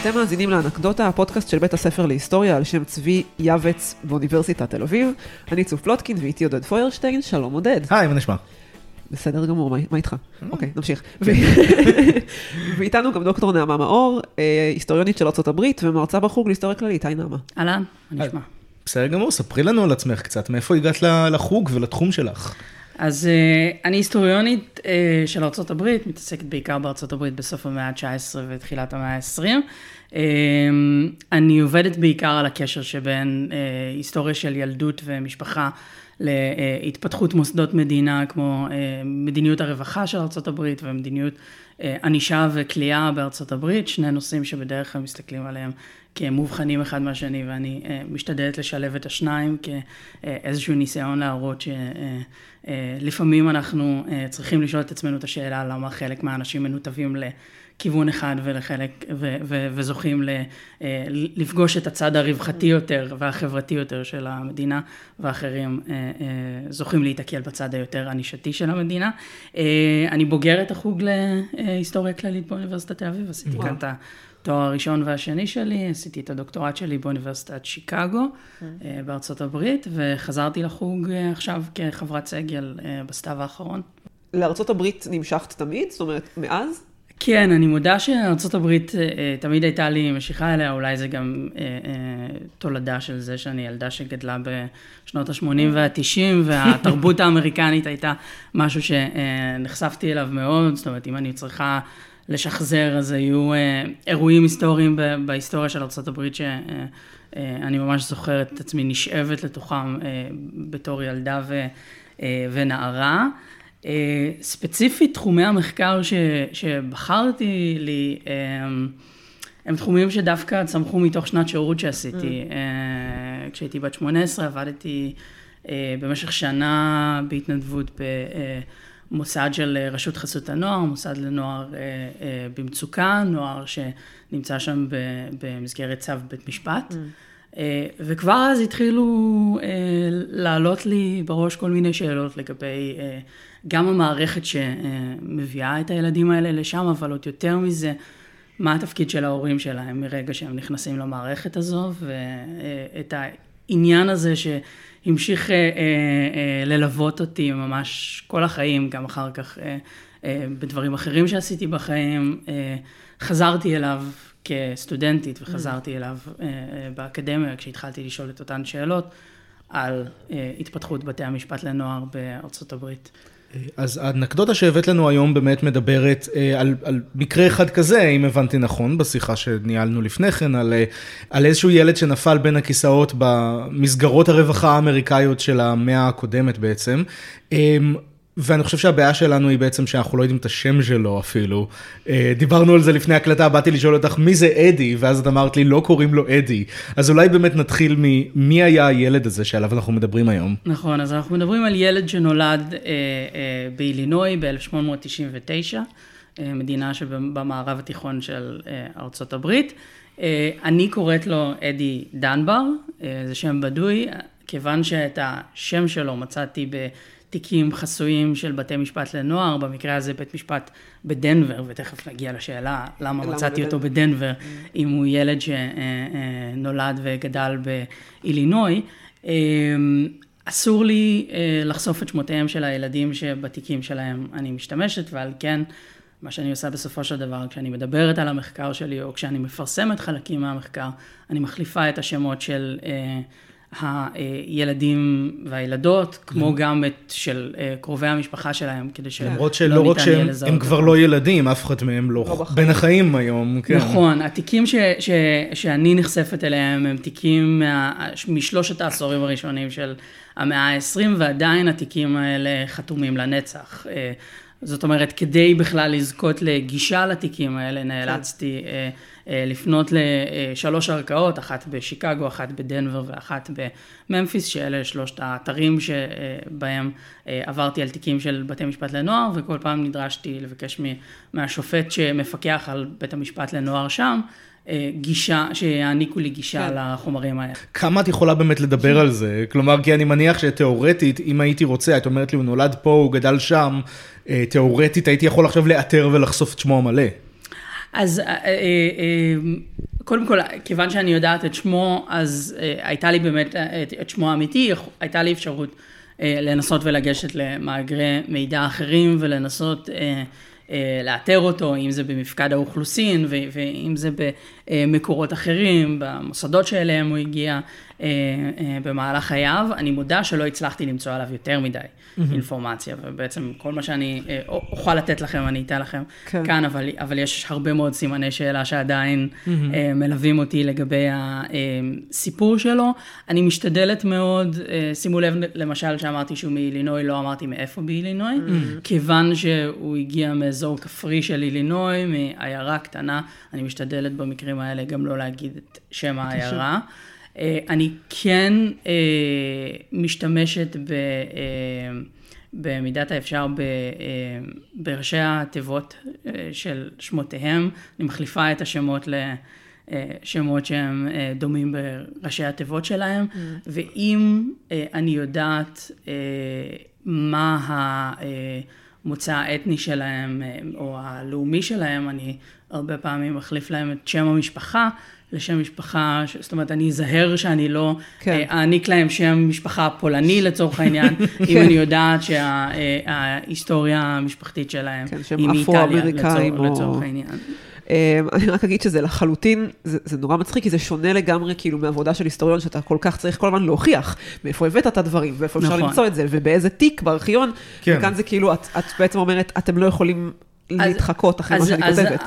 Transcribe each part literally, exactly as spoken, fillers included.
אתם מאזינים לאנקדוטה, הפודקאסט של בית הספר להיסטוריה על שם צבי יבץ באוניברסיטת תל אביב. אני צוף פלוטקין ואיתי עודד פוירשטיין. שלום עודד. היי, מה נשמע? בסדר גמור, מה, מה איתך? אוקיי, נמשיך. ואיתנו גם דוקטור נעמה מאור, היסטוריונית של ארצות הברית ומרצה בחוג להיסטוריה כללית. היי נעמה. אהלן, מה נשמע? בסדר גמור, ספרי לנו על עצמך קצת, מאיפה הגעת לחוג ולתחום שלך? אז אני היסטוריונית של ארצות הברית, מתעסקת בעיקר בארצות הברית בסוף המאה ה-תשע עשרה ותחילת המאה ה-עשרים. אני עובדת בעיקר על הקשר שבין היסטוריה של ילדות ומשפחה להתפתחות מוסדות מדינה, כמו מדיניות הרווחה של ארצות הברית ומדיניות ענישה וכליאה בארצות הברית, שני נושאים שבדרך כלל מסתכלים עליהם כמובחנים אחד מהשני, ואני משתדלת לשלב את השניים כאיזשהו ניסיון להראות שלפעמים אנחנו צריכים לשאול את עצמנו את השאלה למה חלק מהאנשים מנותבים לכיוון אחד ולחלק, ו- ו- וזוכים לפגוש את הצד הרווחתי יותר והחברתי יותר של המדינה, ואחרים זוכים להתעכל בצד היותר ענישתי של המדינה. אני בוגרת החוג להיסטוריה כללית באוניברסיטת תל אביב, עשיתי כאן את התואר הראשון והשני שלי, עשיתי את הדוקטורט שלי באוניברסיטת שיקגו בארצות הברית, וחזרתי לחוג עכשיו כחברת סגל בסתיו האחרון. לארצות הברית נמשכת תמיד? זאת אומרת, מאז? כן, אני מודה שארצות הברית תמיד הייתה לי משיכה אליה, אולי זה גם תולדה של זה שאני ילדה שגדלה בשנות ה-שמונים וה-תשעים, והתרבות האמריקנית הייתה משהו שנחשפתי אליו מאוד, זאת אומרת, אם אני צריכה לשחזר, אז היו אירועים היסטוריים בהיסטוריה של ארצות הברית, שאני ממש זוכרת את עצמי נשאבת לתוכם בתור ילדה ונערה. ספציפית, תחומי המחקר ש, שבחרתי לי, הם תחומים שדווקא צמחו מתוך שנת שירות שעשיתי. Mm. כשהייתי בת שמונה עשרה, עבדתי במשך שנה בהתנדבות במוסד של רשות חסות הנוער, מוסד לנוער במצוקה, נוער שנמצא שם במסגרת צו בית משפט. Mm. וכבר אז התחילו לעלות לי בראש כל מיני שאלות לגבי גם המערכת שמביאה את הילדים האלה לשם, אבל עוד יותר מזה, מה התפקיד של ההורים שלהם מרגע שהם נכנסים למערכת הזו, ואת העניין הזה שהמשיך ללוות אותי ממש כל החיים, גם אחר כך בדברים אחרים שעשיתי בחיים, חזרתי אליו כסטודנטית, וחזרתי אליו באקדמיה, כשהתחלתי לשאול את אותן שאלות, על התפתחות בתי המשפט לנוער בארצות הברית. אז האנקדוטה שהבאת לנו היום באמת מדברת על, על מקרה אחד כזה, אם הבנתי נכון, בשיחה שניהלנו לפני כן, על, על איזשהו ילד שנפל בין הכיסאות במסגרות הרווחה האמריקאיות של המאה הקודמת בעצם. ואני חושב שהבעיה שלנו היא בעצם שאנחנו לא יודעים את השם שלו אפילו. דיברנו על זה לפני הקלטה, באתי לשאול אותך מי זה אדי, ואז את אמרת לי לא קוראים לו אדי. אז אולי באמת נתחיל ממי היה הילד הזה שעליו אנחנו מדברים היום. נכון, אז אנחנו מדברים על ילד שנולד אה, אה, באילינוי ב-אלף שמונה מאות תשעים ותשע, אה, מדינה שבמערב התיכון של אה, ארצות הברית. אה, אני קוראת לו אדי דנבר, אה, זה שם בדוי, כיוון שאת השם שלו מצאתי ב... תיקים חסויים של בתי משפט לנוער, במקרה הזה בית משפט בדנבר, ותכף נגיע לשאלה למה מצאתי אותו בדנבר, אם הוא ילד שנולד וגדל באילינוי. אסור לי לחשוף את שמותיהם של הילדים שבתיקים שלהם אני משתמשת, ועל כן, מה שאני עושה בסופו של דבר, כשאני מדברת על המחקר שלי, או כשאני מפרסמת חלקים מהמחקר, אני מחליפה את השמות של הילדים והילדות, כמו גם את של קרובי המשפחה שלהם, כדי שלא ניתן יהיה לזהות. למרות שלא רק שהם כבר לא ילדים, אף אחד מהם לא בין החיים היום. נכון, התיקים שאני נחשפת אליהם, הם תיקים משלושת העשורים הראשונים של המאה ה-עשרים, ועדיין התיקים האלה חתומים לנצח. זאת אומרת, כדי בכלל לזכות לגישה לתיקים האלה, נאלצתי לפנות לשלוש ערכאות, אחת בשיקגו, אחת בדנבר ואחת בממפיס, שאלה שלושת האתרים שבהם עברתי על תיקים של בתי משפט לנוער, וכל פעם נדרשתי לבקש מהשופט שמפקח על בית המשפט לנוער שם, גישה, שיעניקו לי גישה כן. לחומרים האלה. כמה את יכולה באמת לדבר על זה? כלומר, כי אני מניח שתיאורטית, אם הייתי רוצה, את אומרת לי, הוא נולד פה, הוא גדל שם, תיאורטית הייתי יכול עכשיו לאתר ולחשוף את שמו המלא. אז קודם כל, כיוון שאני יודעת את שמו, אז הייתה לי באמת את שמו האמיתי, הייתה לי אפשרות לנסות ולגשת למאגרי מידע אחרים ולנסות לאתר אותו, אם זה במפקד האוכלוסין ואם זה במקורות אחרים, במוסדות שאליהם הוא הגיע במהלך חייו. אני מודה שלא הצלחתי למצוא עליו יותר מדי אינפורמציה, ובעצם כל מה שאני אוכל לתת לכם, אני אתן לכם כאן, אבל, אבל יש הרבה מאוד סימני שאלה שעדיין מלווים אותי לגבי הסיפור שלו. אני משתדלת מאוד, שימו לב למשל שאמרתי שהוא מאילינוי, לא אמרתי מאיפה באילינוי, כיוון שהוא הגיע מאזור כפרי של אילינוי, מעיירה קטנה, אני משתדלת במקרים האלה גם לא להגיד את שם העיירה. אני כן משתמשת במידת האפשר בראשי התיבות של שמותיהם, אני מחליפה את השמות לשמות שהם דומים בראשי התיבות שלהם, ואם אני יודעת מה המוצא האתני שלהם או הלאומי שלהם, אני הרבה פעמים מחליף להם את שם המשפחה, לשם משפחה, זאת אומרת, אני אזהר שאני לא אעניק להם שם משפחה פולני לצורך העניין, אם אני יודעת שההיסטוריה המשפחתית שלהם היא מאיטליה לצורך העניין. אני רק אגיד שזה לחלוטין, זה נורא מצחיק, כי זה שונה לגמרי כאילו מעבודה של היסטוריון, שאתה כל כך צריך כל הזמן להוכיח מאיפה הבאת את הדברים, ואיפה אפשר למצוא את זה, ובאיזה תיק בארכיון, וכאן זה כאילו, את בעצם אומרת, אתם לא יכולים להתחקות אחרי מה שאני כותבת.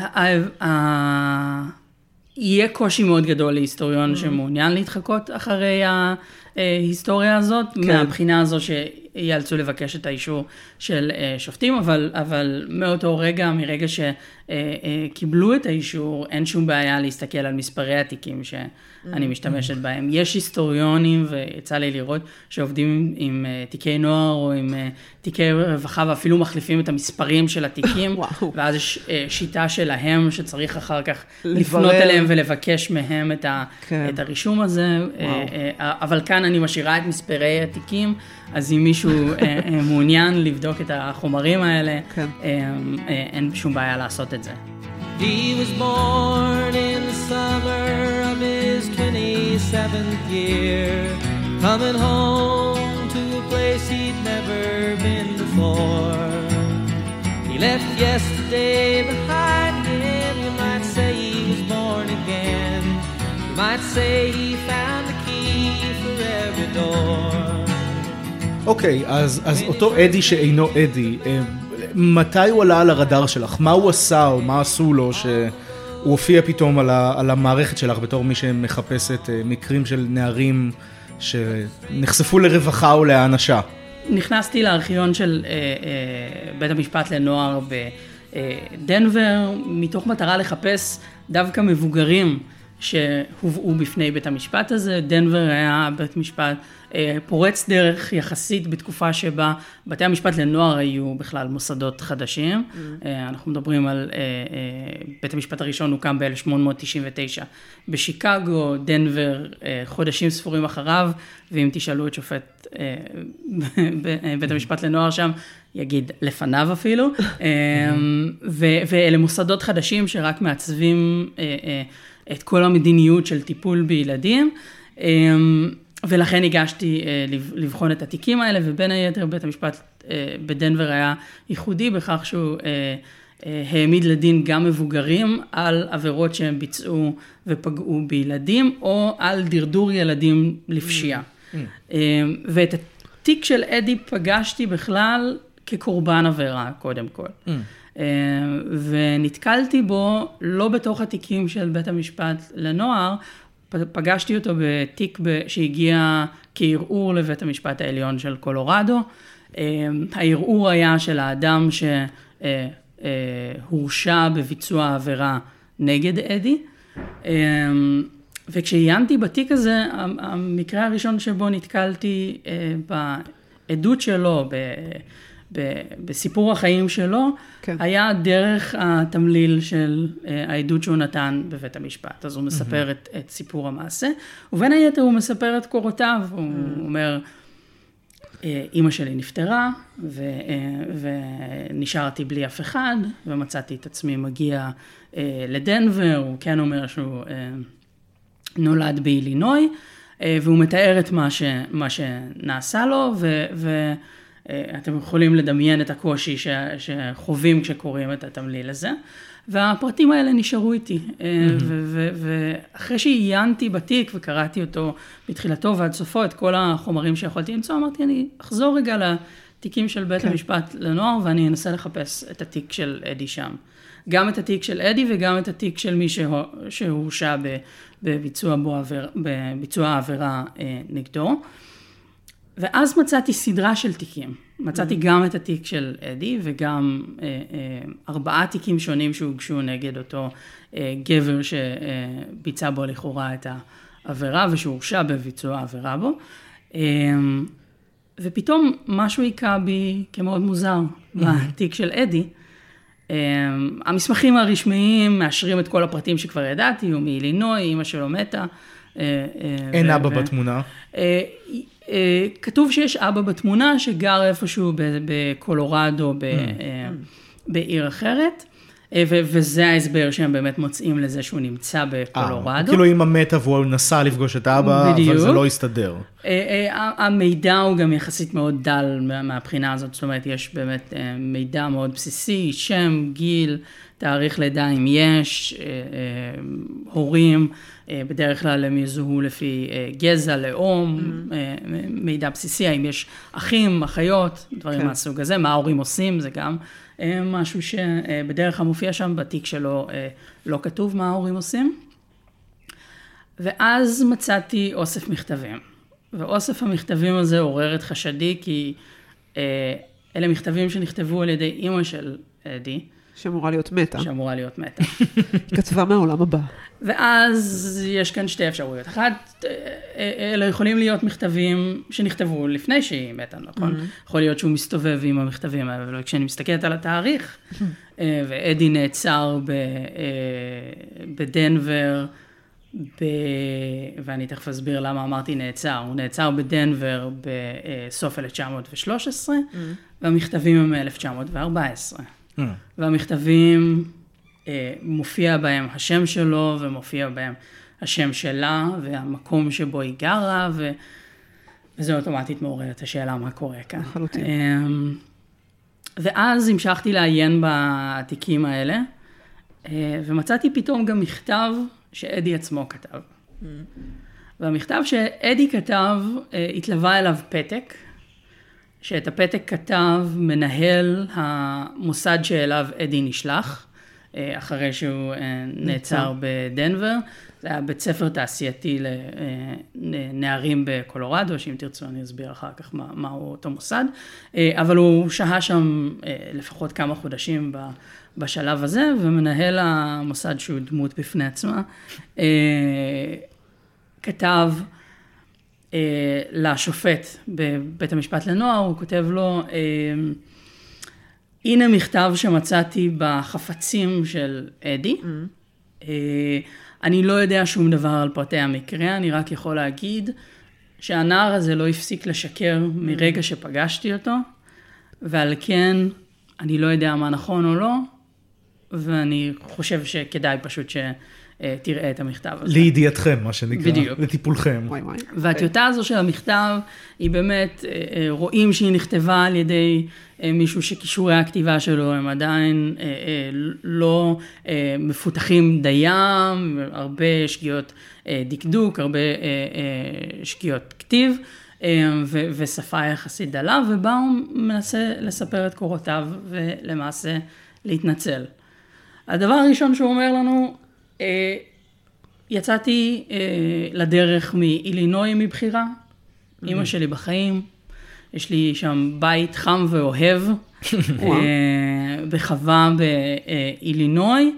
יהיה קושי מאוד גדול להיסטוריון שמעוניין להתחקות אחרי ההיסטוריה הזאת, מהבחינה הזו שיאלצו לבקש את האישור של שופטים, אבל, אבל מאותו רגע, מרגע שקיבלו את האישור, אין שום בעיה להסתכל על מספרי התיקים שאני משתמשת בהם. יש היסטוריונים, ויצא לי לראות, שעובדים עם תיקי נוער או עם תיקי רווחה, ואפילו מחליפים את המספרים של התיקים, ואז יש שיטה שלהם שצריך אחר כך לפנות אליהם ולבקש מהם את, ה, את הרישום הזה. אבל כאן אני משאירה את מספרי התיקים, אז אם מישהו מעוניין לבדוק את החומרים האלה, אין שום בעיה לעשות את זה. He was born in the summer of his twenty-seventh year, coming home to a place he'd never been before. He left yesterday behind him, you might say he was born again. You might say he found the key for every door. אוקיי, אז, אז אותו אדי שאינו אדי, מתי הוא עלה על הרדאר שלך? מה הוא עשה או מה עשו לו שהוא הופיע פתאום על, ה, על המערכת שלך בתור מי שמחפשת מקרים של נערים שנחשפו לרווחה או להאנשה? נכנסתי לארכיון של אה, אה, בית המשפט לנוער בדנבר, מתוך מטרה לחפש דווקא מבוגרים שהובאו בפני בית המשפט הזה. דנבר היה בית משפט פורץ דרך יחסית בתקופה שבה בתי המשפט לנוער היו בכלל מוסדות חדשים. Mm. אנחנו מדברים על בית המשפט הראשון הוקם ב-אלף שמונה מאות תשעים ותשע בשיקגו, דנבר חודשים ספורים אחריו, ואם תשאלו את שופט בית המשפט לנוער שם, יגיד לפניו אפילו. ואלה מוסדות חדשים שרק מעצבים את כל המדיניות של טיפול בילדים, ולכן הגשתי לבחון את התיקים האלה, ובין היתר בית המשפט בדנבר היה ייחודי בכך שהוא העמיד לדין גם מבוגרים על עבירות שהם ביצעו ופגעו בילדים, או על דרדור ילדים לפשיעה. ואת התיק של אדי פגשתי בכלל כקורבן עבירה קודם כל. ונתקלתי בו לא בתוך התיקים של בית המשפט לנוער, פגשתי אותו בתיק שהגיע כערעור לבית המשפט העליון של קולורדו. הערעור היה של האדם שהורשע בביצוע עבירה נגד אדי. וכשעיינתי בתיק הזה, המקרה הראשון שבו נתקלתי בעדות שלו, בסיפור החיים שלו, כן. היה דרך התמליל של העדות שהוא נתן בבית המשפט. אז הוא מספר mm-hmm. את, את סיפור המעשה, ובין היתר הוא מספר את קורותיו. הוא mm-hmm. אומר, אמא שלי נפטרה, ו, ונשארתי בלי אף אחד, ומצאתי את עצמי מגיע לדנבר, הוא כן אומר שהוא נולד באילינוי, והוא מתאר את מה, ש, מה שנעשה לו, ו, ואתם יכולים לדמיין את הקושי ש, שחווים כשקוראים את התמליל הזה, והפרטים האלה נשארו איתי, mm-hmm. ואחרי שעיינתי בתיק וקראתי אותו בתחילתו ועד סופו, את כל החומרים שיכולתי למצוא, אמרתי, אני אחזור רגע לתיקים של בית okay. המשפט לנוער, ואני אנסה לחפש את התיק של אדי שם. גם את התיק של אדי וגם את התיק של מי שהורשע בביצוע, בביצוע העבירה נגדו. ואז מצאתי סדרה של תיקים. מצאתי mm-hmm. גם את התיק של אדי, וגם אה, אה, ארבעה תיקים שונים שהוגשו נגד אותו אה, גבר שביצע בו לכאורה את העבירה, ושהורשע בביצוע העבירה בו. אה, ופתאום משהו היכה בי כמאוד מוזר mm-hmm. בתיק של אדי. אה, המסמכים הרשמיים מאשרים את כל הפרטים שכבר ידעתי, הוא מאילינוי, אמא שלו מתה. אה, אין ו- אבא ו- בתמונה. אה, כתוב שיש אבא בתמונה שגר איפשהו בקולורדו, בעיר אחרת, וזה ההסבר שהם באמת מוצאים לזה שהוא נמצא בקולורדו. כאילו אמא מתה והוא נסע לפגוש את האבא, אבל זה לא יסתדר. המידע הוא גם יחסית מאוד דל מהבחינה הזאת, זאת אומרת, יש באמת מידע מאוד בסיסי, שם, גיל, תאריך לידה אם יש, הורים, בדרך כלל הם יזוהו לפי גזע, לאום, מידע בסיסי, האם יש אחים, אחיות, דברים מהסוג הזה, מה ההורים עושים, זה גם משהו שבדרך כלל מופיע שם בתיק שלו, לא כתוב מה ההורים עושים. ואז מצאתי אוסף מכתבים, ואוסף המכתבים הזה עורר את חשדי, כי אלה מכתבים שנכתבו על ידי אמא של אדי, שאמורה להיות מתה. שאמורה להיות מתה. כתבה מהעולם הבא. ואז יש כאן שתי אפשרויות. אחת, אלה יכולים להיות מכתבים שנכתבו לפני שהיא מתה, נכון? Mm-hmm. יכול להיות שהוא מסתובב עם המכתבים האלה, ולא כשאני מסתכלת על התאריך, mm-hmm. ואדי נעצר ב, בדנבר, ב, ואני תכף אסביר למה אמרתי נעצר, הוא נעצר בדנבר בסוף אלף תשע מאות ושלוש עשרה, mm-hmm. והמכתבים הם מ-אלף תשע מאות וארבע עשרה. Mm. והמכתבים, אה, מופיע בהם השם שלו, ומופיע בהם השם שלה, והמקום שבו היא גרה, ו... וזה אוטומטית מעורר את השאלה מה קורה כאן. חלוטין. אה, ואז המשכתי לעיין בתיקים האלה, אה, ומצאתי פתאום גם מכתב שאדי עצמו כתב. Mm. והמכתב שאדי כתב, אה, התלווה אליו פתק, שאת הפתק כתב מנהל המוסד שאליו אדי נשלח, אחרי שהוא נעצר בדנבר. זה היה בית ספר תעשייתי לנערים בקולורדו, שאם תרצו אני אסביר אחר כך מה, מהו אותו מוסד, אבל הוא שהה שם לפחות כמה חודשים בשלב הזה, ומנהל המוסד שהוא דמות בפני עצמה, כתב, לשופט בבית המשפט לנוער, הוא כותב לו, הנה מכתב שמצאתי בחפצים של אדי, mm-hmm. אני לא יודע שום דבר על פרטי המקרה, אני רק יכול להגיד שהנער הזה לא הפסיק לשקר mm-hmm. מרגע שפגשתי אותו, ועל כן אני לא יודע מה נכון או לא, ואני חושב שכדאי פשוט ש... תראה את המכתב הזה. לידיעתכם, מה שנקרא. בדיוק. לטיפולכם. וואי וואי. והטיוטה הזו של המכתב, היא באמת, רואים שהיא נכתבה על ידי מישהו שכישורי הכתיבה שלו הם עדיין לא מפותחים דיים, הרבה שגיאות דקדוק, הרבה שגיאות כתיב, ושפה יחסית דלה, ובה הוא מנסה לספר את קורותיו ולמעשה להתנצל. הדבר הראשון שהוא אומר לנו, יצאתי לדרך מאילינוי מבחירה, אמא שלי בחיים, יש לי שם בית חם ואוהב, בחווה באילינוי,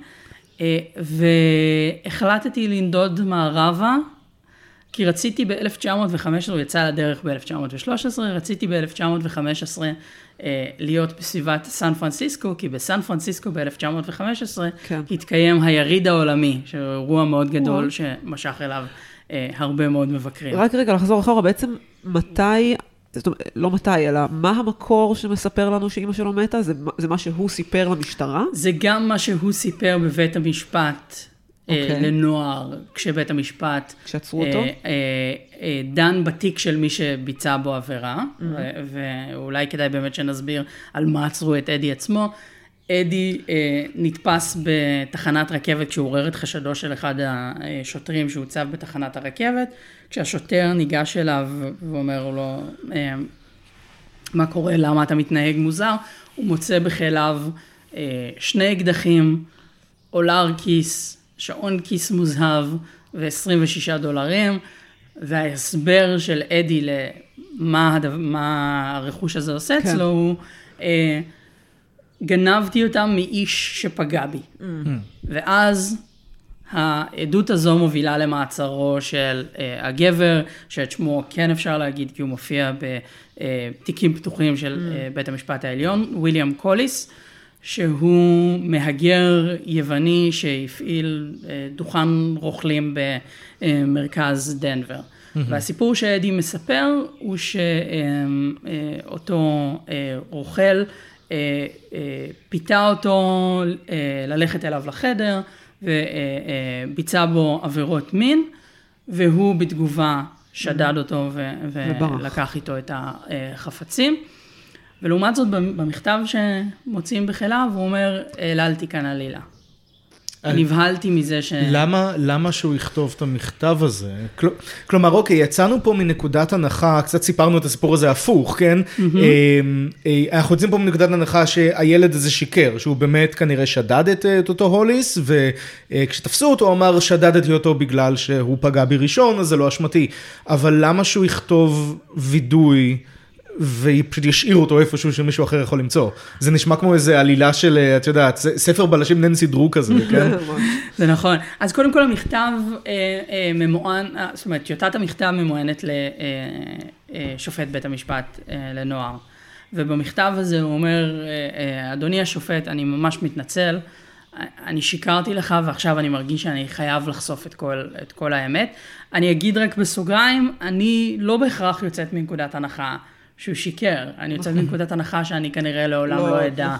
והחלטתי לנדוד מערבה, כי רציתי ב-אלף תשע מאות וחמש עשרה, הוא יצא לדרך ב-אלף תשע מאות ושלוש עשרה, רציתי ב-אלף תשע מאות וחמש עשרה להיות בסביבת סן פרנסיסקו, כי בסן פרנסיסקו ב-אלף תשע מאות וחמש עשרה כן. התקיים היריד העולמי, שהוא אירוע מאוד גדול וואו. שמשך אליו הרבה מאוד מבקרים. רק רגע לחזור אחורה, בעצם מתי זאת אומרת, לא מתי, אלא מה המקור שמספר לנו שאמא שלו מתה? זה, זה מה שהוא סיפר למשטרה? זה גם מה שהוא סיפר בבית המשפט okay. אה, לנוער, כשבית המשפט... כשעצרו אותו? אה, אה, אה, דן בתיק של מי שביצע בו עבירה, mm-hmm. ו- ואולי כדאי באמת שנסביר על מה עצרו את אדי עצמו. אדי אה, נתפס בתחנת רכבת כשהוא עורר את חשדו של אחד השוטרים שהוצב בתחנת הרכבת, כשהשוטר ניגש אליו ואומר לו, אה, מה קורה, למה אתה מתנהג מוזר? הוא מוצא בחיליו אה, שני אקדחים, אולר כיס, שעון כיס מוזהב ו-עשרים ושישה דולרים, וההסבר של אדי למה הדו, מה הרכוש הזה עושה כן. אצלו הוא, אה, גנבתי אותם מאיש שפגע בי. Mm. ואז העדות הזו מובילה למעצרו של uh, הגבר, שאת שמו כן אפשר להגיד, כי הוא מופיע בתיקים פתוחים של uh, בית המשפט העליון, וויליאם קוליס, שהוא מהגר יווני שהפעיל uh, דוכן רוכלים במרכז דנבר. Mm-hmm. והסיפור שאדי מספר הוא שאותו uh, uh, רוכל, פיתה אותו ללכת אליו לחדר, וביצע בו עבירות מין, והוא בתגובה שדד אותו ולקח איתו את החפצים. ולעומת זאת, במכתב שמוצאים בחיליו, הוא אומר, העללתי כאן עלילה. נבהלתי מזה ש... למה, למה שהוא יכתוב את המכתב הזה? כל... כלומר, אוקיי, יצאנו פה מנקודת הנחה, קצת סיפרנו את הסיפור הזה הפוך, כן? Mm-hmm. אנחנו יוצאים פה מנקודת הנחה שהילד הזה שיקר, שהוא באמת כנראה שדד את, את אותו הוליס, וכשתפסו אותו, הוא אמר, שדדתי אותו בגלל שהוא פגע בי ראשון, אז זה לא אשמתי. אבל למה שהוא יכתוב וידוי... ופשוט ישאיר אותו איפשהו שמישהו אחר יכול למצוא. זה נשמע כמו איזו עלילה של, את יודעת, ספר בלשים ננסי דרו כזה, כן? זה נכון. אז קודם כל המכתב ממוען, זאת אומרת, טיוטת המכתב ממוענת לשופט בית המשפט לנוער. ובמכתב הזה הוא אומר, אדוני השופט, אני ממש מתנצל, אני שיקרתי לך ועכשיו אני מרגיש שאני חייב לחשוף את כל, את כל האמת. אני אגיד רק בסוגריים, אני לא בהכרח יוצאת מנקודת הנחה שהוא שיקר. אני יוצאת מנקודת הנחה שאני כנראה לעולם לא אדע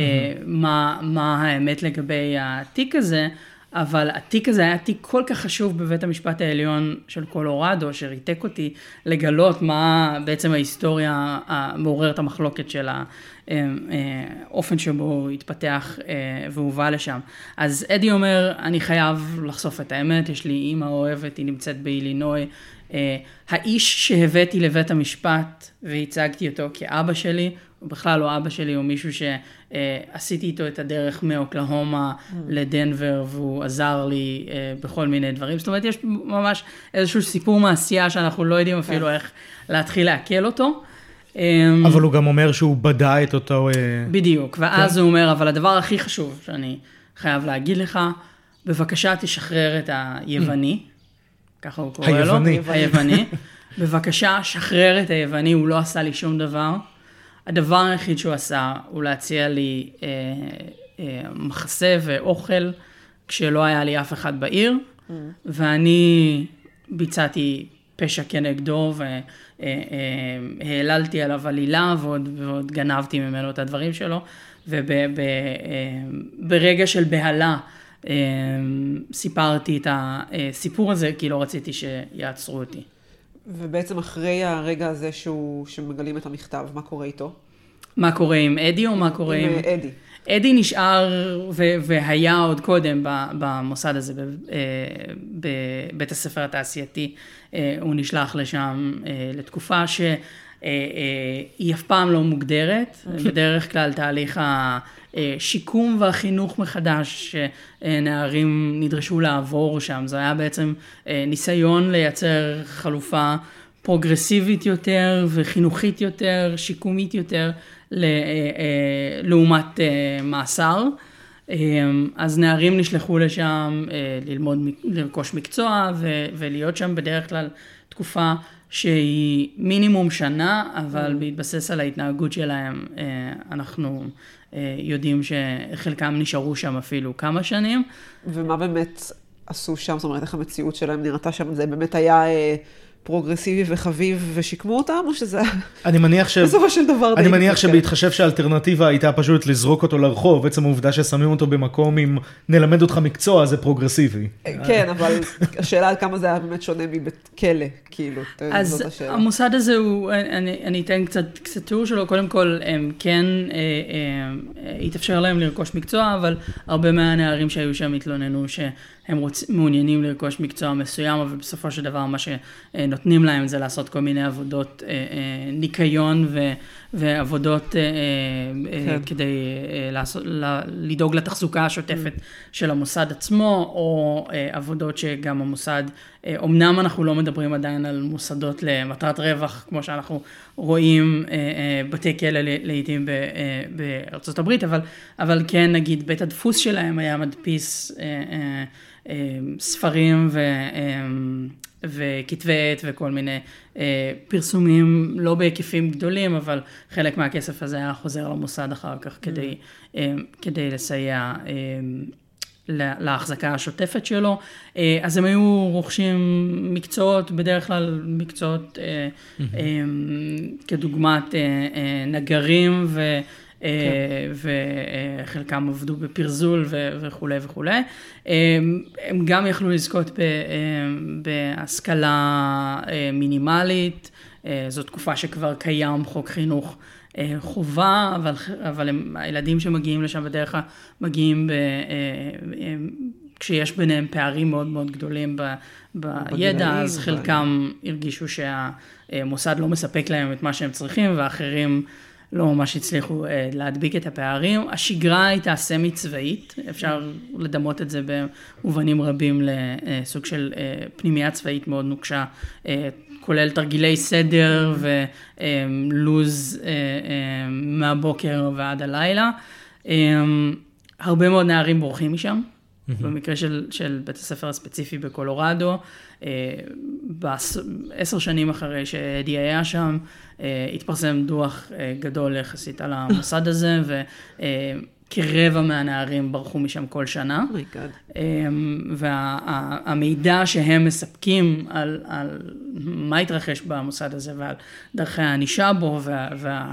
מה האמת לגבי התיק הזה, אבל התיק הזה היה תיק כל כך חשוב בבית המשפט העליון של קולורדו, שריתק אותי לגלות מה בעצם ההיסטוריה המעוררת המחלוקת של האופן שבו הוא התפתח והובא לשם. אז אדי אומר, אני חייב לחשוף את האמת, יש לי אימא אוהבת, היא נמצאת באילינוי, האיש שהבאתי לבית המשפט והצגתי אותו כאבא שלי, הוא בכלל לא אבא שלי, הוא מישהו שעשיתי איתו את הדרך מאוקלהומה לדנבר, והוא עזר לי בכל מיני דברים. זאת אומרת, יש ממש איזשהו סיפור מעשייה שאנחנו לא יודעים אפילו איך להתחיל להקל אותו. אבל הוא גם אומר שהוא בדע את אותו... בדיוק, ואז הוא אומר, אבל הדבר הכי חשוב שאני חייב להגיד לך, בבקשה תשחרר את היווני, ככה הוא קורא לו. היווני. היווני. בבקשה, שחרר את היווני, הוא לא עשה לי שום דבר. הדבר היחיד שהוא עשה, הוא להציע לי אה, אה, מחסה ואוכל, כשלא היה לי אף אחד בעיר, mm. ואני ביצעתי פשע כנגדו, והעללתי עליו עלילה, ועוד, ועוד גנבתי ממנו את הדברים שלו, וברגע של בהלה, סיפרתי את הסיפור הזה, כי לא רציתי שיעצרו אותי. ובעצם אחרי הרגע הזה שהוא, שמגלים את המכתב, מה קורה איתו? מה קורה עם אדי או מה קורה עם... עם אדי. אדי נשאר ו- והיה עוד קודם במוסד הזה, בבית הספר התעשייתי, הוא נשלח לשם לתקופה שהיא אף פעם לא מוגדרת, בדרך כלל תהליך השיקום והחינוך מחדש שנערים נדרשו לעבור שם, זה היה בעצם ניסיון לייצר חלופה פרוגרסיבית יותר וחינוכית יותר, שיקומית יותר, לעומת מאסר. אז נערים נשלחו לשם ללמוד, לרכוש מקצוע ולהיות שם בדרך כלל תקופה שהיא מינימום שנה, אבל בהתבסס על ההתנהגות שלהם, אנחנו יודעים שחלקם נשארו שם אפילו כמה שנים. ומה באמת עשו שם? זאת אומרת, איך המציאות שלהם נראתה שם? זה באמת היה פרוגרסיבי וחביב ושיקמו אותם, או שזה... אני מניח ש... בסופו של דבר די... אני מניח שבהתחשב שהאלטרנטיבה הייתה פשוט לזרוק אותו לרחוב, בעצם העובדה ששמים אותו במקום עם נלמד אותך מקצוע, זה פרוגרסיבי. כן, אבל השאלה על כמה זה היה באמת שונה מבית כלא, כאילו, אז המוסד הזה הוא, אני, אני אתן קצת, קצת תיאור שלו, קודם כל, הם כן, אה, אה, התאפשר להם לרכוש מקצוע, אבל הרבה מהנערים שהיו שם התלוננו שהם רוצ, מעוניינים לרכוש מקצוע מסוים, אבל בסופו של דבר מה שנותנים להם זה לעשות כל מיני עבודות אה, אה, ניקיון ו, ועבודות אה, כן. אה, כדי אה, לעשות, לדאוג לתחזוקה השוטפת mm. של המוסד עצמו, או אה, עבודות שגם המוסד, אה, אומנם אנחנו לא מדברים עדיין על מוסדות למטרת רווח, כמו שאנחנו רואים אה, אה, בתי כלא לעתים אה, בארצות הברית, אבל, אבל כן נגיד בית הדפוס שלהם היה מדפיס אה, אה, אה, ספרים ו... אה, וכתבי עת וכל מיני אה, פרסומים, לא בהיקפים גדולים, אבל חלק מהכסף הזה היה חוזר למוסד אחר כך, כדי, אה, כדי לסייע אה, להחזקה השוטפת שלו. אה, אז הם היו רוכשים מקצועות, בדרך כלל מקצועות אה, אה, כדוגמת אה, אה, נגרים ו... וחלקם עבדו בפרזול וכו' וכו'. הם גם יכלו לזכות בהשכלה מינימלית, זו תקופה שכבר קיים חוק חינוך חובה, אבל, אבל הם, הילדים שמגיעים לשם בדרך כלל מגיעים ב, כשיש ביניהם פערים מאוד מאוד גדולים בידע, אז חלקם הרגישו שהמוסד לא מספק להם את מה שהם צריכים, ואחרים לא ממש הצליחו אה, להדביק את הפערים. השגרה הייתה סמי צבאית, אפשר לדמות את זה במובנים רבים לסוג של אה, פנימייה צבאית מאוד נוקשה, אה, כולל תרגילי סדר ולוז אה, אה, מהבוקר ועד הלילה. אה, הרבה מאוד נערים בורחים משם, במקרה של, של בית הספר הספציפי בקולורדו, בעשר שנים אחרי שאדי היה שם, התפרסם דוח גדול יחסית על המוסד הזה, וכרבע מהנערים ברחו משם כל שנה. Oh והמידע שהם מספקים על, על מה התרחש במוסד הזה, ועל דרכי הענישה בו, וה... וה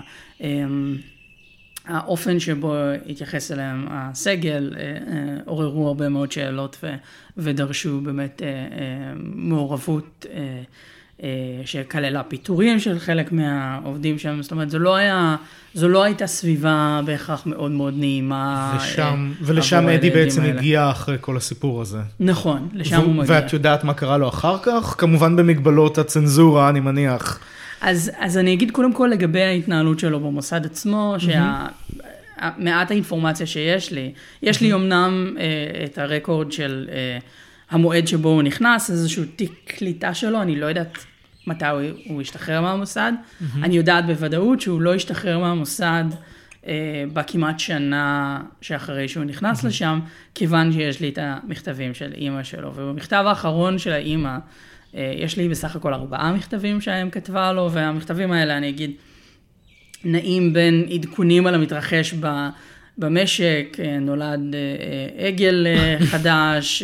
האופן שבו התייחס אליהם הסגל, עוררו הרבה מאוד שאלות ודרשו באמת מעורבות שכללה פיטורים של חלק מהעובדים שם. זאת אומרת, זו לא היה, זו לא הייתה סביבה בהכרח מאוד מאוד נעימה. ושם, ולשם אדי בעצם הגיע אחרי כל הסיפור הזה. נכון, לשם הוא מגיע. ואת יודעת מה קרה לו אחר כך? כמובן במגבלות הצנזורה, אני מניח. אז, אז אני אגיד קודם כל לגבי ההתנהלות שלו במוסד עצמו, שמעט האינפורמציה שיש לי, יש לי אמנם אה, את הרקורד של אה, המועד שבו הוא נכנס, איזשהו תיק קליטה שלו, אני לא יודעת מתי הוא, הוא השתחרר מהמוסד, אני יודעת בוודאות שהוא לא השתחרר מהמוסד אה, בכמעט שנה שאחרי שהוא נכנס לשם, כיוון שיש לי את המכתבים של אימא שלו, ובמכתב האחרון של האימא, יש לי בסך הכל ארבעה מכתבים שהם כתבה לו, והמכתבים האלה, אני אגיד, נעים בין עדכונים על המתרחש במשק, נולד עגל חדש,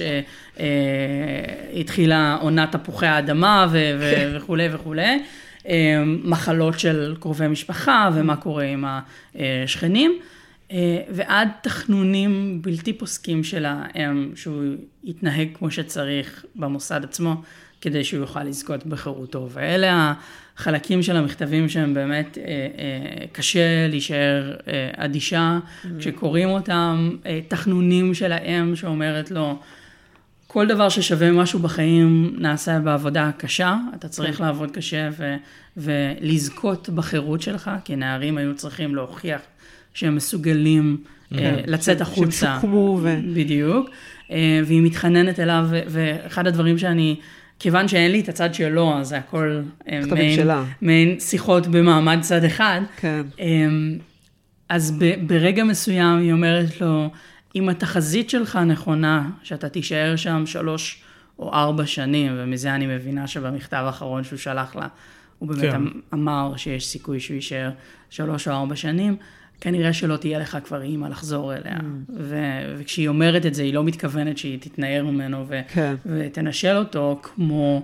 התחילה עונת תפוחי האדמה וכו' וכו', מחלות של קרובי משפחה ומה קורה עם השכנים, ועד תכנונים בלתי פוסקים של האם שהוא יתנהג כמו שצריך במוסד עצמו, כדי שהוא יוכל לזכות בחירותו. ואלה החלקים של המכתבים שהם באמת אה, אה, קשה להישאר אה, אדישה, mm-hmm. כשקוראים אותם, אה, תכנונים של האם שאומרת לו, כל דבר ששווה משהו בחיים נעשה בעבודה קשה, אתה צריך mm-hmm. לעבוד קשה ו, ולזכות בחירות שלך, כי נערים היו צריכים להוכיח שהם מסוגלים mm-hmm. אה, לצאת החוצה. שהם שוקמו ו... בדיוק. אה, והיא מתחננת אליו, ו, ואחד הדברים שאני... כיוון שאין לי את הצד שלו, אז זה הכל מעין, מעין שיחות במעמד צד אחד. כן. אז ב, ברגע מסוים היא אומרת לו, אם התחזית שלך נכונה, שאתה תישאר שם שלוש או ארבע שנים, ומזה אני מבינה שבמכתב האחרון שהוא שלח לה, הוא באמת כן. אמר שיש סיכוי שהוא יישאר שלוש או ארבע שנים, כנראה שלא תהיה לך כבר אימא לחזור אליה. Mm. ו- וכשהיא אומרת את זה, היא לא מתכוונת שהיא תתנער ממנו ו- כן. ותנשל אותו, כמו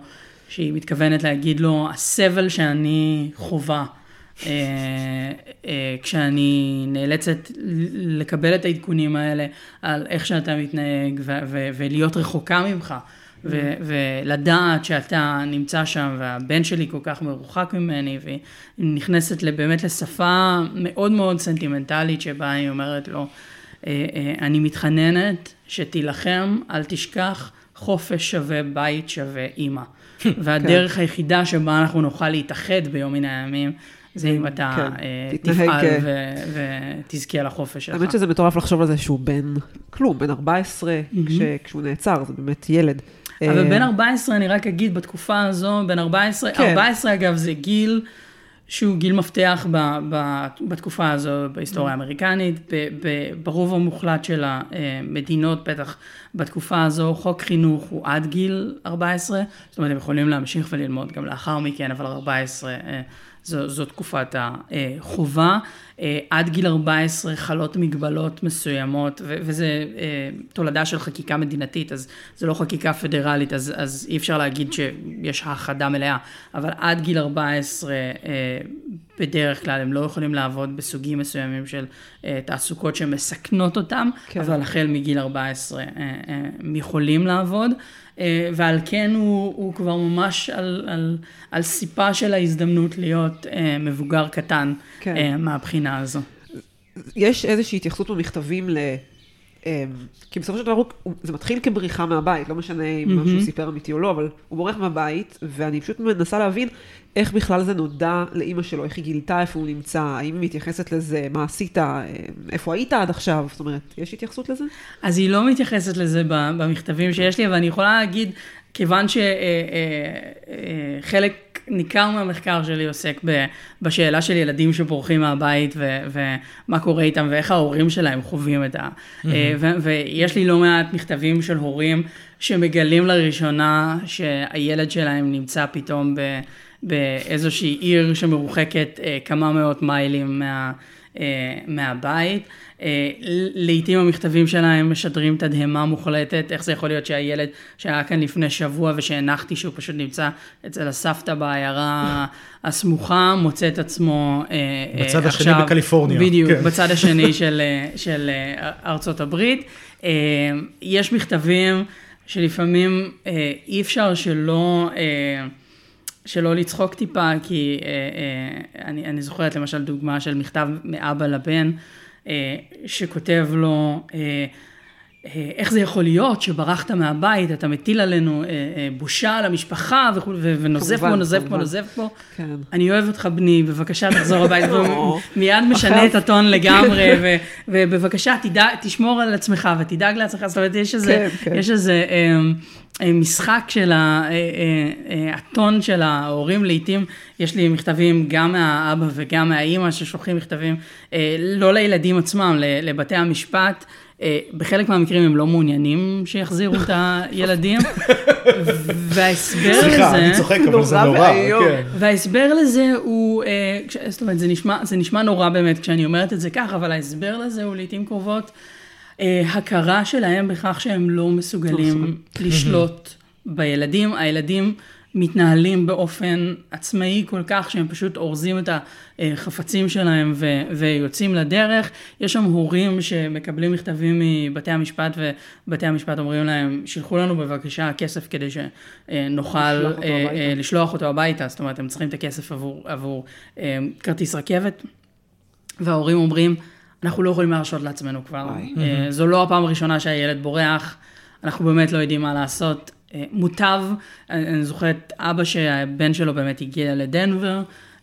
שהיא מתכוונת להגיד לו, הסבל שאני חובה, אה, אה, כשאני נאלצת לקבל את העדכונים האלה, על איך שאתה מתנהג, ו- ו- ולהיות רחוקה ממך, ו- ולדעת שאתה נמצא שם, והבן שלי כל כך מרוחק ממני, והיא נכנסת באמת לשפה מאוד מאוד סנטימנטלית, שבה היא אומרת לו, אני מתחננת שתילחם, אל תשכח, חופש שווה, בית שווה, אימא. והדרך היחידה שבה אנחנו נוכל להתאחד ביום מן הימים, זה אם אתה תפעל ותזכה לחופש שלך. האמת שזה מטורף לחשוב על זה שהוא בן כלום, בן ארבע עשרה, כשהוא נעצר, זה באמת ילד. אבל בן ארבע עשרה, אני רק אגיד, בתקופה הזו, בן ארבע עשרה, ארבע עשרה אגב זה גיל, שהוא גיל מפתח ב, ב, בתקופה הזו בהיסטוריה האמריקנית, ב, ב, ברוב המוחלט של המדינות, בטח בתקופה הזו, חוק חינוך הוא עד גיל ארבע עשרה, זאת אומרת, הם יכולים להמשיך וללמוד גם לאחר מכן, אבל ארבע עשרה זו, זו תקופת החובה. עד גיל ארבע עשרה חלות מגבלות מסוימות, ו- וזה תולדה של חקיקה מדינתית, אז זה לא חקיקה פדרלית, אז, אז אי אפשר להגיד שיש האחדה מלאה, אבל עד גיל ארבע עשרה בדרך כלל הם לא יכולים לעבוד בסוגים מסוימים של תעסוקות שמסכנות אותם, כן. אבל החל מגיל ארבע עשרה הם יכולים לעבוד, ועל כן הוא, הוא כבר ממש על, על, על סיפה של ההזדמנות להיות מבוגר קטן כן. מהבחינה הזו. יש איזושהי התייחסות במכתבים ל... כי בסופו של דבר זה מתחיל כבריחה מהבית, לא משנה אם משהו סיפר אמיתי או לא, אבל הוא בורח מהבית, ואני פשוט מנסה להבין איך בכלל זה נודע לאמא שלו, איך היא גילתה איפה הוא נמצא, האם היא מתייחסת לזה, מה עשית, איפה היית עד עכשיו, זאת אומרת, יש התייחסות לזה? אז היא לא מתייחסת לזה במכתבים שיש לי, אבל אני יכולה להגיד, כיוון שחלק ניכר מהמחקר שלי עוסק בשאלה של ילדים שבורחים מהבית, ומה קורה איתם, ואיך ההורים שלהם חווים את ה... ויש לי לא מעט מכתבים של הורים שמגלים לראשונה שהילד שלהם נמצא פתאום באיזושהי עיר שמרוחקת כמה מאות מיילים מה... מהבית. לעתים המכתבים שלהם משדרים תדהמה מוחלטת, איך זה יכול להיות שהילד שהיה כאן לפני שבוע ושהנחתי שהוא פשוט נמצא אצל הסבתא בעיירה הסמוכה, מוצא את עצמו בצד השני בקליפורניה. בדיוק, בצד השני של, של ארצות הברית. יש מכתבים שלפעמים אי אפשר שלא... שלא לצחוק טיפה, כי אה, אה, אני, אני זוכרת למשל דוגמה של מכתב מאבא לבן, אה, שכותב לו, אה, אה, איך זה יכול להיות שברחת מהבית, אתה מטיל עלינו אה, אה, בושה על המשפחה, וכו, ו, ונוזף פה, נוזף פה, נוזף פה. כן. אני אוהב אותך בני, בבקשה תחזור הבית, ומיד משנה את הטון לגמרי, ו, ובבקשה תדע, תשמור על עצמך ותדאג לעצמך, זאת אומרת, יש איזה, כן, כן. יש איזה אה, משחק של הטון של ההורים, לעתים יש לי מכתבים גם מהאבא וגם מהאימא ששולחים מכתבים, לא לילדים עצמם, לבתי המשפט, בחלק מהמקרים הם לא מעוניינים שיחזירו את הילדים, וההסבר לזה... סליחה, אני צוחק, אבל זה נורא. וההסבר לזה הוא, זאת אומרת, זה נשמע נורא באמת כשאני אומרת את זה כך, אבל ההסבר לזה הוא לעתים קרובות, הכרה שלהם בכך שהם לא מסוגלים לשלוט בילדים. הילדים מתנהלים באופן עצמאי כל כך שהם פשוט אורזים את החפצים שלהם ו- ויוצאים לדרך. יש שם הורים שמקבלים מכתבים מבתי המשפט, ובתי המשפט אומרים להם, שילחו לנו בבקשה כסף כדי שנוכל לשלוח אותו הביתה. לשלוח אותו הביתה. זאת אומרת, הם צריכים את הכסף עבור, עבור כרטיס רכבת. וההורים אומרים, אנחנו לא יכולים להרשות לעצמנו כבר. זו לא הפעם הראשונה שהילד בורח, אנחנו באמת לא יודעים מה לעשות. מוטב, אני זוכרת אבא שהבן שלו באמת הגיע לדנבר,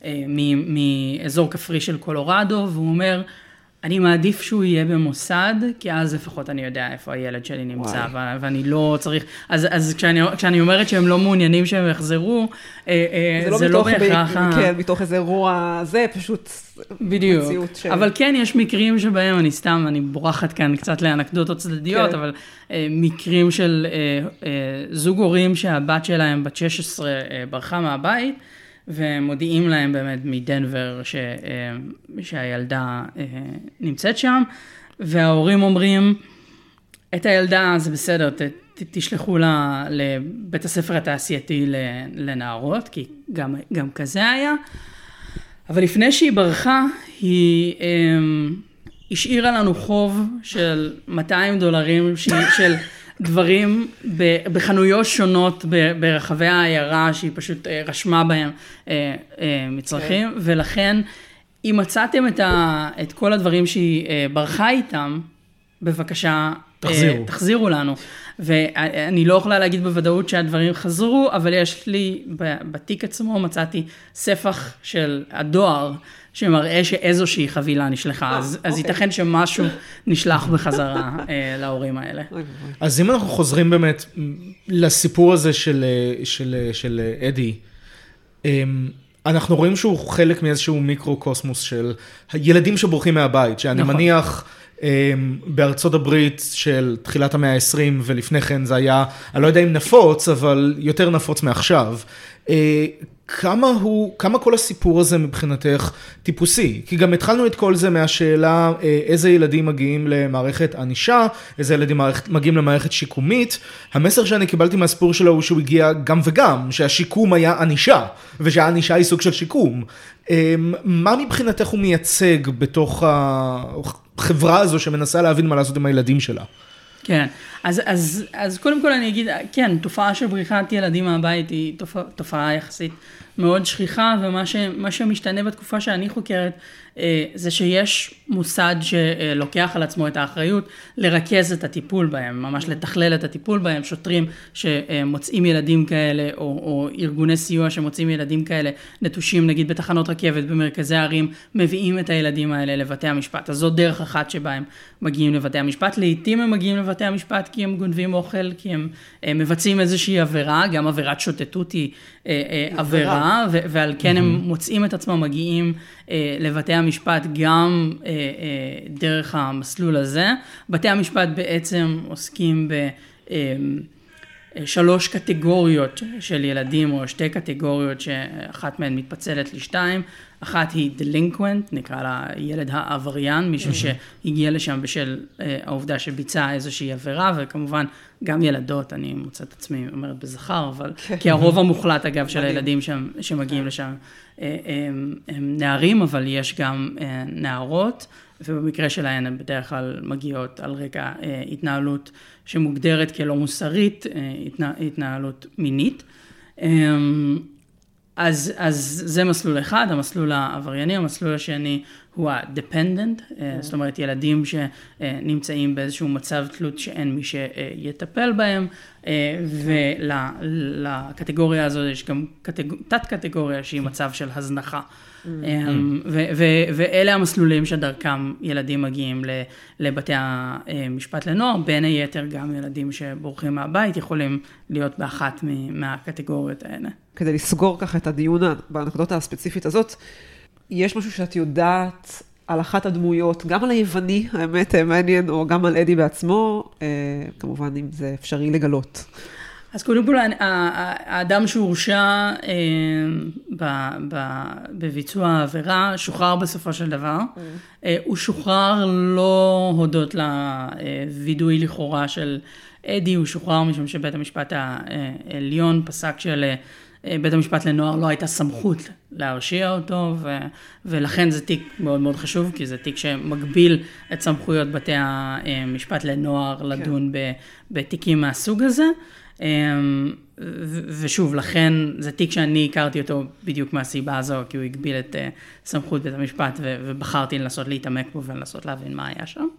מאזור כפרי של קולורדו, והוא אומר, אני מעדיף שהוא יהיה במוסד, כי אז לפחות אני יודע איפה הילד שלי נמצא, וואי. ואני לא צריך, אז, אז כשאני, כשאני אומרת שהם לא מעוניינים שהם יחזרו, זה לא, זה לא בהכרח. ב... כן, מתוך איזה רוע, זה פשוט בדיוק. ש... אבל כן, יש מקרים שבהם, אני סתם, אני בורחת כאן קצת לאנקדוטות צדדיות, כן. אבל אה, מקרים של אה, אה, זוג הורים שהבת שלהם בת שש עשרה אה, ברחה מהבית, ומודיעים להם באמת מדנבר ש, שהילדה נמצאת שם, וההורים אומרים, את הילדה זה בסדר, ת, ת, תשלחו לה לבית הספר התעשייתי לנערות, כי גם, גם כזה היה. אבל לפני שהיא ברחה, היא אמ, השאירה לנו חוב של מאתיים דולרים, ש, של דברים בחנויות שונות ברחבי העיירה, שהיא פשוט רשמה בהם מצרכים, okay. ולכן אם מצאתם את, ה, את כל הדברים שהיא ברחה איתם, בבקשה, תחזירו. תחזירו לנו. ואני לא יכולה להגיד בוודאות שהדברים חזרו, אבל יש לי, בתיק עצמו מצאתי ספח של הדואר, שמראה שאיזושהי חבילה נשלחה, אז, אז ייתכן שמשהו נשלח בחזרה להורים האלה. אז אם אנחנו חוזרים באמת לסיפור הזה של, של, של אדי, אנחנו רואים שהוא חלק מאיזשהו מיקרו-קוסמוס של ילדים שבורחים מהבית, שאני נכון. מניח בארצות הברית של תחילת המאה ה-עשרים ולפני כן זה היה, אני לא יודע אם נפוץ, אבל יותר נפוץ מעכשיו. כמה הוא, כמה כל הסיפור הזה מבחינתך טיפוסי? כי גם התחלנו את כל זה מהשאלה איזה ילדים מגיעים למערכת ענישה, איזה ילדים מגיעים למערכת שיקומית. המסר שאני קיבלתי מהסיפור שלו הוא שהוא הגיע גם וגם, שהשיקום היה ענישה, ושהענישה היא סוג של שיקום. מה מבחינתך הוא מייצג בתוך החברה הזו שמנסה להבין מה לעשות עם הילדים שלה? כן, אז, אז, אז קודם כל אני אגיד, כן, תופעה של בריחת ילדים מהבית היא תופעה, תופעה יחסית מאוד שכיחה, ומה ש, מה שמשתנה בתקופה שאני חוקרת, זה שיש מוסד שלוקח על עצמו את האחריות לרכז את הטיפול בהם, ממש לתכלל את הטיפול בהם, שוטרים שמוצאים ילדים כאלה, או, או ארגוני סיוע שמוצאים ילדים כאלה, נטושים נגיד בתחנות רכבת, במרכזי הערים, מביאים את הילדים האלה לבתי המשפט. אז זו דרך אחת שבה הם מגיעים לבתי המשפט. לעתים הם מגיעים לבתי המשפט כי הם גונבים אוכל, כי הם, הם מבצעים איזושהי עבירה, גם עבירת שוטטות היא עבירה, ו- ועל כן הם מוצאים את עצמם מגיעים לבתי המשפט גם דרך המסלול הזה. בתי המשפט בעצם עוסקים בשלוש קטגוריות של ילדים, או שתי קטגוריות שאחת מהן מתפצלת לשתיים. אחת היא delinquent, נקרא לה ילד העבריין, מישהו שהגיע לשם בשל העובדה שביצע איזושהי עבירה, וכמובן גם ילדות, אני מוצאת את עצמי אומרת בזכר, אבל כי הרוב המוחלט אגב של הילדים שמגיעים לשם הם נערים, אבל יש גם נערות, ובמקרה שלהן הן בדרך כלל מגיעות על רקע התנהלות שמוגדרת כלא מוסרית, התנהלות מינית. אז, אז זה מסלול אחד, המסלול העברייני, המסלול השני הוא ה-dependent, mm. זאת אומרת ילדים שנמצאים באיזשהו מצב תלות שאין מי שיטפל בהם, mm. ולקטגוריה הזו יש גם קטג... תת קטגוריה שהיא מצב של הזנחה. Mm. ו- ו- ואלה המסלולים שדרכם ילדים מגיעים לבתי המשפט לנוער, בין היתר גם ילדים שבורחים מהבית יכולים להיות באחת מהקטגוריות האלה. כדי לסגור ככה את הדיון באנקדוטה הספציפית הזאת, יש משהו שאת יודעת על אחת הדמויות, גם על היווני, האמת מעניין, או גם על אדי בעצמו, כמובן אם זה אפשרי לגלות. אז קודם כל, האדם שהורשע בביצוע העבירה, שוחרר בסופו של דבר. הוא שוחרר לא הודות לוידוי לכאורה של אדי, הוא שוחרר משום שבית המשפט העליון פסק של בית המשפט לנוער לא הייתה סמכות להרשיע אותו, ו- ולכן זה תיק מאוד מאוד חשוב, כי זה תיק שמגביל את סמכויות בתי המשפט לנוער לדון ב- בתיקים מהסוג הזה. ושוב, לכן זה תיק שאני הכרתי אותו בדיוק מהסיבה הזו, כי הוא הגביל את סמכות בית המשפט, ובחרתי לנסות להתעמק בו ולנסות להבין מה היה שם.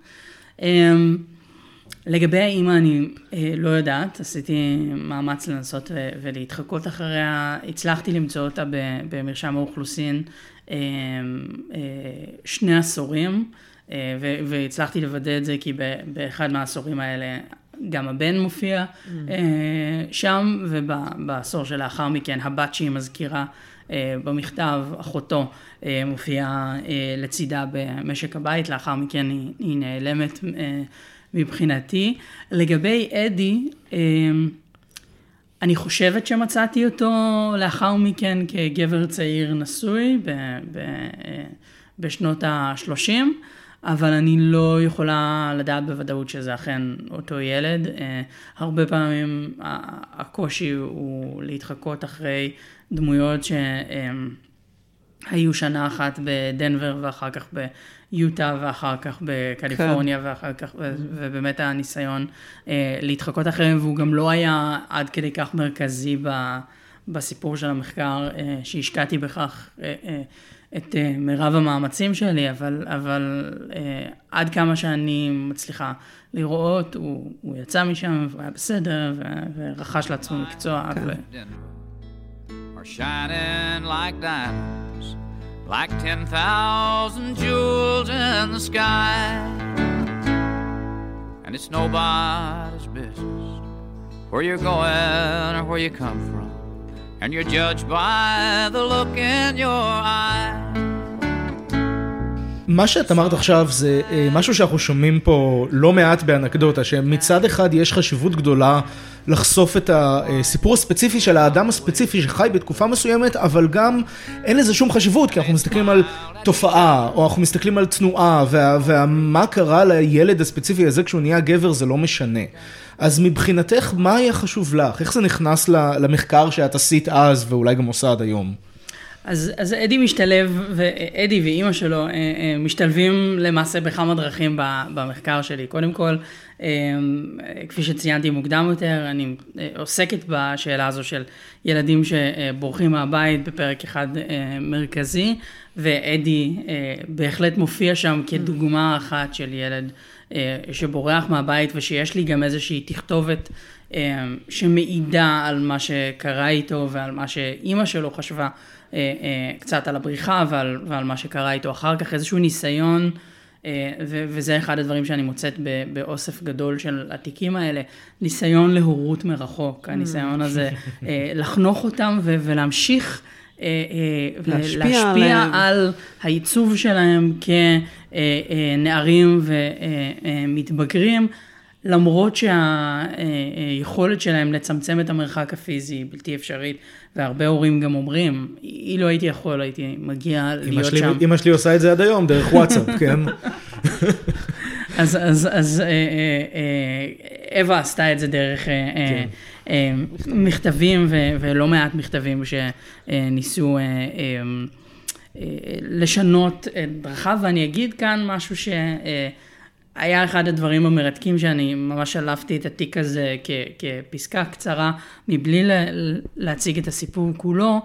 לגבי האמא אני לא יודעת, עשיתי מאמץ לנסות ולהתחקות אחריה, הצלחתי למצוא אותה במרשם האוכלוסין שני עשורים, והצלחתי לוודא את זה כי באחד מהעשורים האלה גם הבן מופיע mm. שם, ובעשור שלאחר מכן הבת שהיא מזכירה במכתב, אחותו מופיעה לצידה במשק הבית, לאחר מכן היא, היא נעלמת מבחינתי. לגבי אדי, אני חושבת שמצאתי אותו לאחר מכן כגבר צעיר נשוי ב, ב, בשנות ה-שלושים, אבל אני לא יכולה לדעת בוודאות שזה אכן אותו ילד. הרבה פעמים הקושי הוא להתחקות אחרי דמויות שהיו שנה אחת בדנבר ואחר כך ביוטה ואחר כך בקליפורניה ואחר כך, ובאמת הניסיון להתחקות אחריהם, והוא גם לא היה עד כדי כך מרכזי בסיפור של המחקר שהשקעתי בכך את מרב המאמצים שלי, אבל, אבל עד כמה שאני מצליחה לראות, הוא, הוא יצא משם והיה בסדר ורכש לעצמו מקצוע. ו... are shining like diamonds, like ten thousand jewels in the sky, and it's nobody's business where you're going or where you come from, and you're judged by the look in your eye. מה שאת אמרת עכשיו זה משהו שאנחנו שומעים פה לא מעט באנקדוטה, שמצד אחד יש חשיבות גדולה לחשוף את הסיפור הספציפי של האדם הספציפי שחי בתקופה מסוימת, אבל גם אין לזה שום חשיבות, כי אנחנו מסתכלים על תופעה, או אנחנו מסתכלים על תנועה, וה, ומה קרה לילד הספציפי הזה כשהוא נהיה גבר זה לא משנה. אז מבחינתך, מה היה חשוב לך? איך זה נכנס למחקר שאת עשית אז, ואולי גם עושה עד היום? אז, אז אדי משתלב, ואדי ואימא שלו משתלבים למעשה בכמה דרכים במחקר שלי. קודם כל, כפי שציינתי מוקדם יותר, אני עוסקת בשאלה הזו של ילדים שבורחים מהבית בפרק אחד מרכזי, ואדי בהחלט מופיע שם כדוגמה אחת של ילד שבורח מהבית, ושיש לי גם איזושהי תכתובת שמעידה על מה שקרה איתו ועל מה שאימא שלו חשבה קצת על הבריחה ועל, ועל מה שקרה איתו אחר כך, איזשהו ניסיון, ו- וזה אחד הדברים שאני מוצאת באוסף גדול של התיקים האלה, ניסיון להורות מרחוק, הניסיון הזה לחנוך אותם ו- ולהמשיך להשפיע, להשפיע על העיצוב שלהם כנערים ומתבגרים, למרות שהיכולת שלהם לצמצם את המרחק הפיזי בלתי אפשרית, והרבה הורים גם אומרים, היא לא הייתי יכול, הייתי מגיע להיות שלי, שם. אמא שלי עושה את זה עד היום, דרך וואטסאפ, כן? אז, אז, אז אווה עשתה את זה דרך מכתבים, ולא מעט מכתבים שניסו לשנות את דרכיו, ואני אגיד כאן משהו ש... היה אחד הדברים המרתקים שאני ממש שלפתי את התיק הזה כ- כפסקה קצרה, מבלי להציג את הסיפור כולו.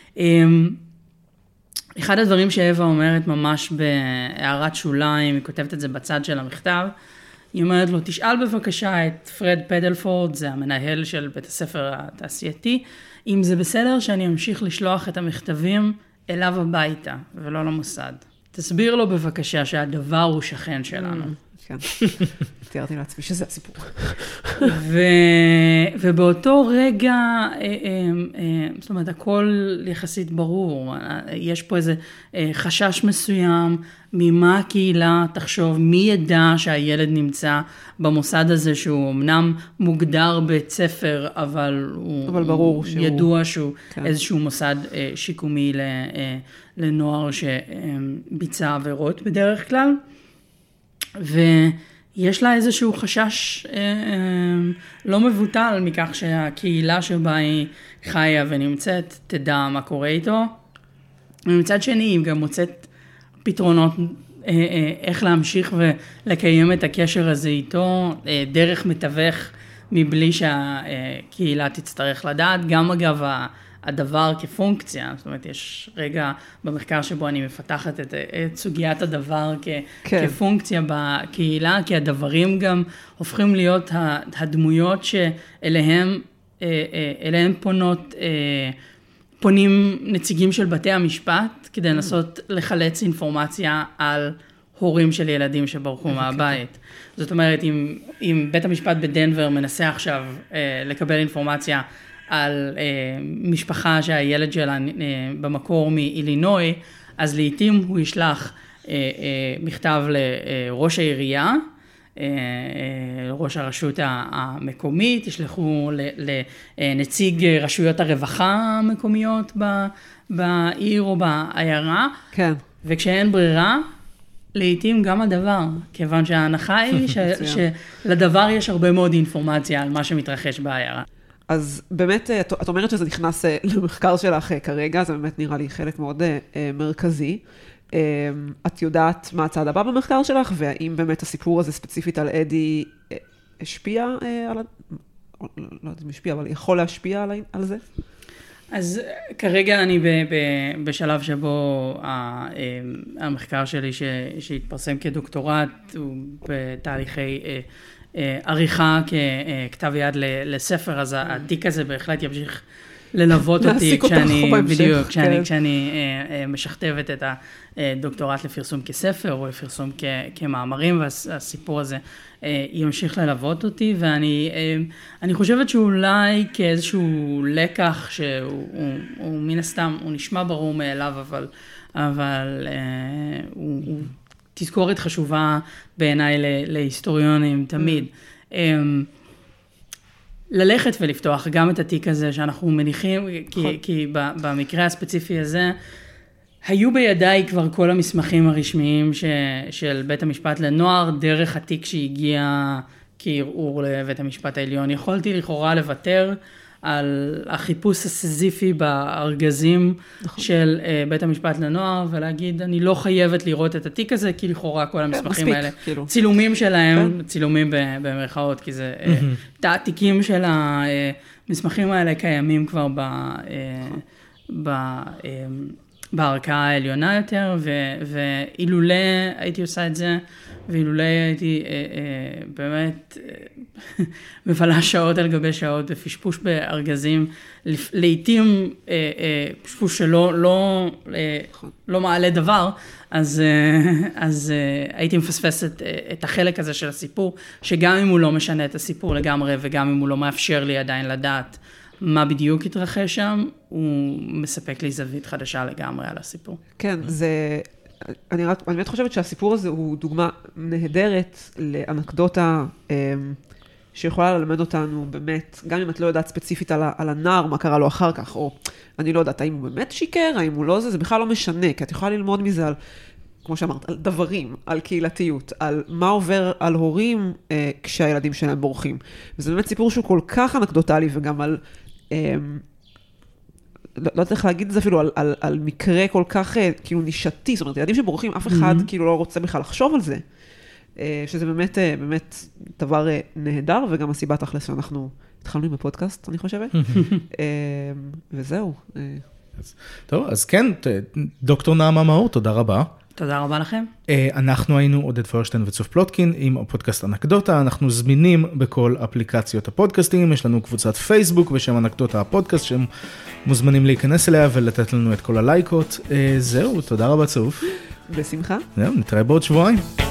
אחד הדברים שאווה אומרת ממש בהערת שוליים, היא כותבת את זה בצד של המכתב, היא אומרת לו, תשאל בבקשה את פרד פדלפורד, זה המנהל של בית הספר התעשייתי, אם זה בסדר שאני אמשיך לשלוח את המכתבים אליו הביתה, ולא למוסד. תסביר לו בבקשה שהדבר הוא שכן שלנו. כן, תיארתי לעצמי שזה הסיפור. ובאותו רגע, זאת אומרת, הכל יחסית ברור. יש פה איזה חשש מסוים, ממה הקהילה תחשוב, מי ידע שהילד נמצא במוסד הזה, שהוא אמנם מוגדר בית ספר, אבל הוא ידוע שהוא איזשהו מוסד שיקומי לנוער שביצע עבירות בדרך כלל. ויש לה איזשהו חשש אה, אה, לא מבוטל מכך שהקהילה שבה היא חיה ונמצאת תדע מה קורה איתו. ומצד שני היא גם מוצאת פתרונות אה, אה, איך להמשיך ולקיים את הקשר הזה איתו, אה, דרך מתווך מבלי שהקהילה תצטרך לדעת. גם אגב הדבר כפונקציה, זאת אומרת, יש רגע במחקר שבו אני מפתחת את, את סוגיית הדבר כ, כן. כפונקציה בקהילה, כי הדברים גם הופכים להיות הדמויות שאליהם אליהם פונות, פונים נציגים של בתי המשפט, כדי לנסות לחלץ אינפורמציה על הורים של ילדים שברחו מהבית. זאת אומרת, אם, אם בית המשפט בדנבר מנסה עכשיו לקבל אינפורמציה, על אה, משפחה שהילד שלה אה, במקור מאילינוי, אז לעתים הוא ישלח אה, אה, מכתב לראש העירייה, אה, אה, ראש הרשות המקומית, ישלחו לנציג רשויות הרווחה המקומיות ב, בעיר או בעיירה, כן. וכשאין ברירה, לעתים גם הדבר, כיוון שההנחה היא שלדבר יש הרבה מאוד אינפורמציה על מה שמתרחש בעיירה. אז באמת, את, את אומרת שזה נכנס למחקר שלך כרגע, זה באמת נראה לי חלק מאוד מרכזי. את יודעת מה הצעד הבא במחקר שלך, והאם באמת הסיפור הזה ספציפית על אדי השפיע על, לא יודעת אם השפיע, אבל יכול להשפיע על, על זה? אז כרגע אני ב, ב, בשלב שבו המחקר שלי ש, שהתפרסם כדוקטורט, הוא בתהליכי עריכה ככתב יד לספר, אז התיק הזה בהחלט ימשיך ללוות אותי כשאני, בדיוק, כשאני, כשאני משכתבת את הדוקטורט לפרסום כספר או לפרסום כמאמרים, והסיפור הזה ימשיך ללוות אותי, ואני אני חושבת שאולי כאיזשהו לקח שהוא הוא מן הסתם, הוא נשמע ברור מאליו, אבל, אבל הוא, הוא תזכורת חשובה בעיניי להיסטוריונים תמיד. ללכת ולפתוח גם את התיק הזה שאנחנו מניחים, כי, כי במקרה הספציפי הזה, היו בידיי כבר כל המסמכים הרשמיים ש, של בית המשפט לנוער, דרך התיק שהגיע כערעור לבית המשפט העליון. יכולתי לכאורה לוותר על החיפוש הסזיפי בארגזים נכון. של uh, בית המשפט לנוער, ולהגיד, אני לא חייבת לראות את התיק הזה, כי לכאורה כל המסמכים מספיק, האלה, כאילו. צילומים שלהם, כן. צילומים במרכאות, כי זה mm-hmm. uh, תעתיקים של המסמכים האלה קיימים כבר ב, uh, ב, uh, בערכאה העליונה יותר, ואילולא הייתי עושה את זה, ואילולא הייתי אה, אה, באמת אה, מבלה שעות על גבי שעות בפשפוש בארגזים, לעתים אה, אה, פשפוש שלא לא, אה, לא מעלה דבר, אז, אה, אז אה, הייתי מפספסת אה, את החלק הזה של הסיפור, שגם אם הוא לא משנה את הסיפור לגמרי, וגם אם הוא לא מאפשר לי עדיין לדעת מה בדיוק התרחש שם, הוא מספק לי זווית חדשה לגמרי על הסיפור. כן, זה... אני, רק, אני באמת חושבת שהסיפור הזה הוא דוגמה נהדרת לאנקדוטה שיכולה ללמד אותנו באמת, גם אם את לא יודעת ספציפית על, על הנער, מה קרה לו אחר כך, או אני לא יודעת האם הוא באמת שיקר, האם הוא לא זה, זה בכלל לא משנה, כי את יכולה ללמוד מזה על, כמו שאמרת, על דברים, על קהילתיות, על מה עובר על הורים אה, כשהילדים שלהם בורחים. וזה באמת סיפור שהוא כל כך אנקדוטלי, וגם על... אה, לא, לא צריך להגיד את זה אפילו על, על, על מקרה כל כך כאילו נישתי, זאת אומרת, ילדים שבורחים, אף אחד mm-hmm. כאילו לא רוצה בכלל לחשוב על זה, שזה באמת, באמת דבר נהדר, וגם הסיבה תכלס שאנחנו התחלנו עם הפודקאסט, אני חושבת, וזהו. טוב, אז כן, דוקטור נעמה מאור, תודה רבה. תודה רבה לכם. אנחנו היינו עודד פוירשטיין וצוף פלוטקין עם הפודקאסט אנקדוטה, אנחנו זמינים בכל אפליקציות הפודקאסטים, יש לנו קבוצת פייסבוק בשם אנקדוטה הפודקאסט, שהם מוזמנים להיכנס אליה ולתת לנו את כל הלייקות. זהו, תודה רבה צוף. בשמחה. זהו, נתראה בעוד שבועיים.